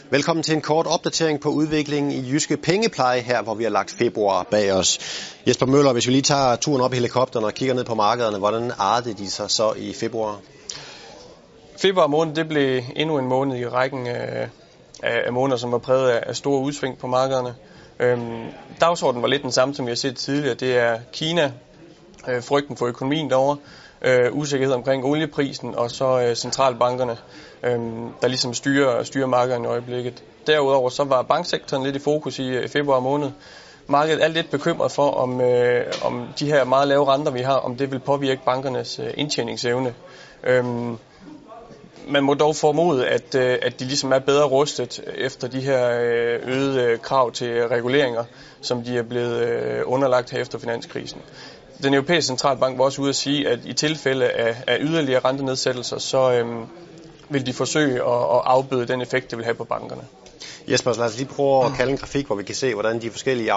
Velkommen til en kort opdatering på udviklingen i Jyske Pengepleje her, hvor vi har lagt februar bag os. Jesper Møller, hvis vi lige tager turen op i helikopteren og kigger ned på markederne, hvordan artede de sig så i februar? Februar måned, det blev endnu en måned i rækken af måneder, som var præget af store udsving på markederne. Dagsordenen var lidt den samme, som vi har set tidligere. Det er Kina, frygten for økonomien derovre, usikkerhed omkring olieprisen og så centralbankerne, der ligesom styrer markederne i øjeblikket. Derudover så var banksektoren lidt i fokus i februar måned. Markedet er lidt bekymret for, om de her meget lave renter, vi har, om det vil påvirke bankernes indtjeningsevne. Man må dog formode, at de ligesom er bedre rustet efter de her øgede krav til reguleringer, som de er blevet underlagt her efter finanskrisen. Den europæiske centralbank var også ude at sige, at i tilfælde af yderligere rentenedsættelser, så vil de forsøge at afbøde den effekt, det vil have på bankerne. Jesper, lad os lige prøve at kalde en grafik, hvor vi kan se, hvordan de forskellige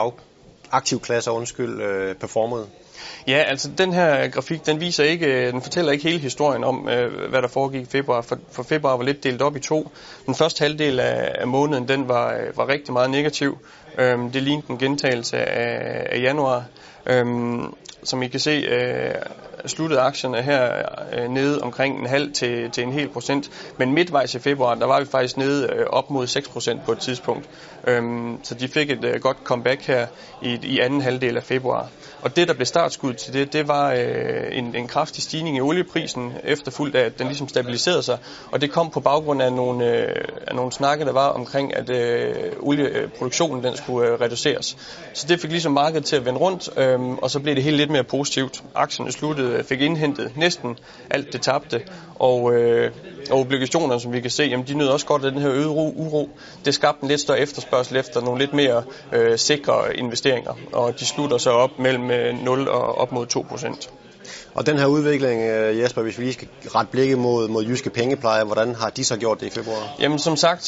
aktivklasser performede. Ja, altså den her grafik, den fortæller ikke hele historien om, hvad der foregik i februar, for februar var lidt delt op i to. Den første halvdel af måneden, den var rigtig meget negativ. Det lignede en gentagelse af januar. Som I kan se, sluttede aktierne her nede omkring 0,5 til 1%, men midtvejs i februar, der var vi faktisk nede op mod 6% på et tidspunkt. Så de fik et godt comeback her i anden halvdel af februar. Og det, der blev startskud til det var en kraftig stigning i olieprisen, efterfulgt af, at den ligesom stabiliserede sig. Og det kom på baggrund af nogle snakke, der var omkring, at olieproduktionen den skulle reduceres. Så det fik ligesom markedet til at vende rundt, og så blev det helt lidt mere positivt. Aktierne fik indhentet næsten alt det tabte, og obligationerne, som vi kan se, jamen, de nød også godt af den her øgede uro. Det skabte en lidt større efterspørgsel efter nogle lidt mere sikre investeringer, og de slutter så op mellem 0 og op mod 2%. Og den her udvikling, Jesper, hvis vi lige skal rette blikket mod Jyske Pengepleje, hvordan har de så gjort det i februar? Jamen som sagt,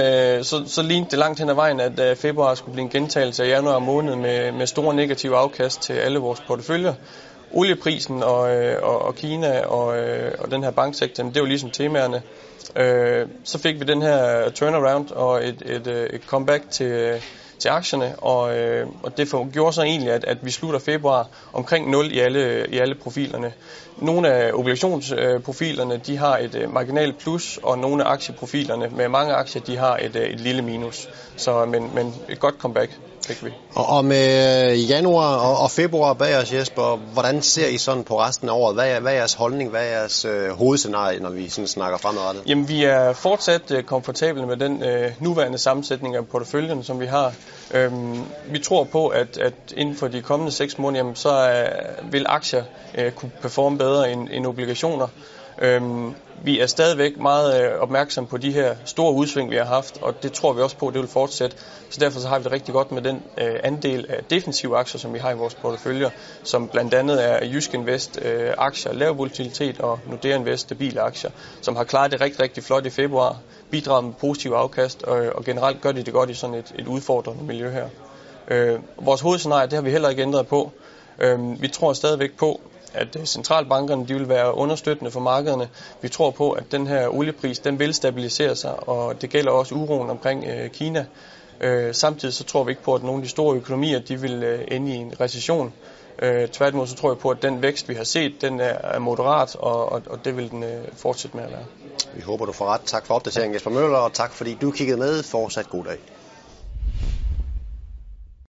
så lignede det langt hen ad vejen, at februar skulle blive en gentagelse af januar måned med store negative afkast til alle vores porteføljer. Olieprisen og Kina og den her banksektor, det var ligesom temaerne. Så fik vi den her turnaround og et comeback til aktierne, og det gjorde så egentlig, at vi slutter februar omkring 0 i alle profilerne. Nogle af obligationsprofilerne, de har et marginalt plus, og nogle af aktieprofilerne med mange aktier, de har et lille minus. Så, men et godt comeback fik vi. Og med januar og februar bag os, Jesper, hvordan ser I sådan på resten af året? Hvad er jeres holdning? Hvad er jeres hovedscenarie, når vi sådan snakker fremadrettet? Jamen, vi er fortsat komfortable med den nuværende sammensætning af porteføljen, som vi har. Vi tror på, at inden for de kommende 6 måneder, jamen, så vil aktier kunne performe bedre end obligationer. Vi er stadigvæk meget opmærksomme på de her store udsving, vi har haft, og det tror vi også på, at det vil fortsætte. Så derfor så har vi det rigtig godt med den andel af defensive aktier, som vi har i vores porteføljer, som blandt andet er Jysk Invest aktier, lav volatilitet, og Nordea Invest stabile aktier, som har klaret det rigtig, rigtig flot i februar, bidraget med positiv afkast, og generelt gør de det godt i sådan et udfordrende miljø her. Vores hovedscenarie, det har vi heller ikke ændret på. Vi tror stadigvæk på, at centralbankerne de vil være understøttende for markederne. Vi tror på, at den her oliepris den vil stabilisere sig, og det gælder også uroen omkring Kina. Samtidig så tror vi ikke på, at nogle af de store økonomier de vil ende i en recession. Tværtimod så tror jeg på, at den vækst, vi har set, den er moderat, og det vil den fortsætte med at være. Vi håber, du får ret. Tak for opdateringen, Jesper Møller, og tak fordi du kiggede med. Fortsat god dag.